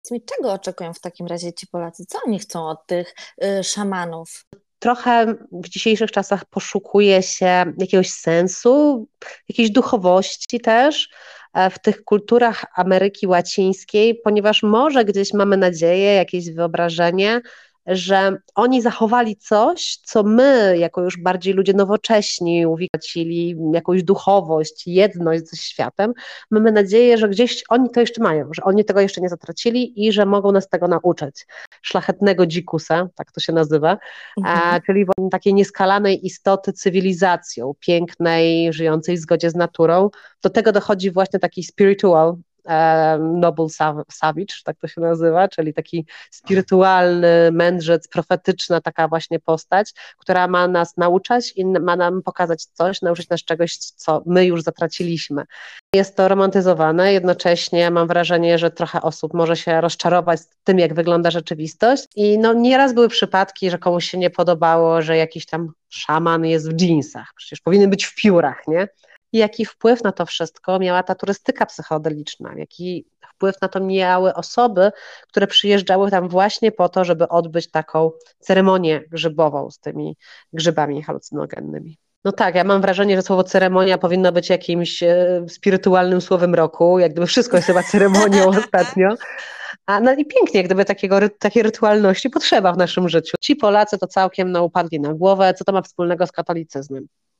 Czego oczekują w takim razie ci Polacy? Co oni chcą od tych szamanów? Trochę w dzisiejszych czasach poszukuje się jakiegoś sensu, jakiejś duchowości też w tych kulturach Ameryki Łacińskiej, ponieważ może gdzieś mamy nadzieję, jakieś wyobrażenie, że oni zachowali coś, co my, jako już bardziej ludzie nowocześni, uwikłacili jakąś duchowość, jedność ze światem, mamy nadzieję, że gdzieś oni to jeszcze mają, że oni tego jeszcze nie zatracili i że mogą nas tego nauczyć. Szlachetnego dzikusa, tak to się nazywa, Mhm. czyli takiej nieskalanej istoty cywilizacją, pięknej, żyjącej w zgodzie z naturą. Do tego dochodzi właśnie taki spiritual, noble savage, tak to się nazywa, czyli taki spirytualny mędrzec, profetyczna taka właśnie postać, która ma nas nauczać i ma nam pokazać coś, nauczyć nas czegoś, co my już zatraciliśmy. Jest to romantyzowane, jednocześnie mam wrażenie, że trochę osób może się rozczarować tym, jak wygląda rzeczywistość i no nieraz były przypadki, że komuś się nie podobało, że jakiś tam szaman jest w dżinsach, przecież powinien być w piórach, nie? I jaki wpływ na to wszystko miała ta turystyka psychodeliczna, jaki wpływ na to miały osoby, które przyjeżdżały tam właśnie po to, żeby odbyć taką ceremonię grzybową z tymi grzybami halucynogennymi. No tak, ja mam wrażenie, że słowo ceremonia powinno być jakimś spirytualnym słowem roku, jak gdyby wszystko jest chyba ceremonią ostatnio. A no i pięknie, jak gdyby takiej rytualności potrzeba w naszym życiu. Ci Polacy to całkiem upadli na głowę, co to ma wspólnego z katolicyzmem.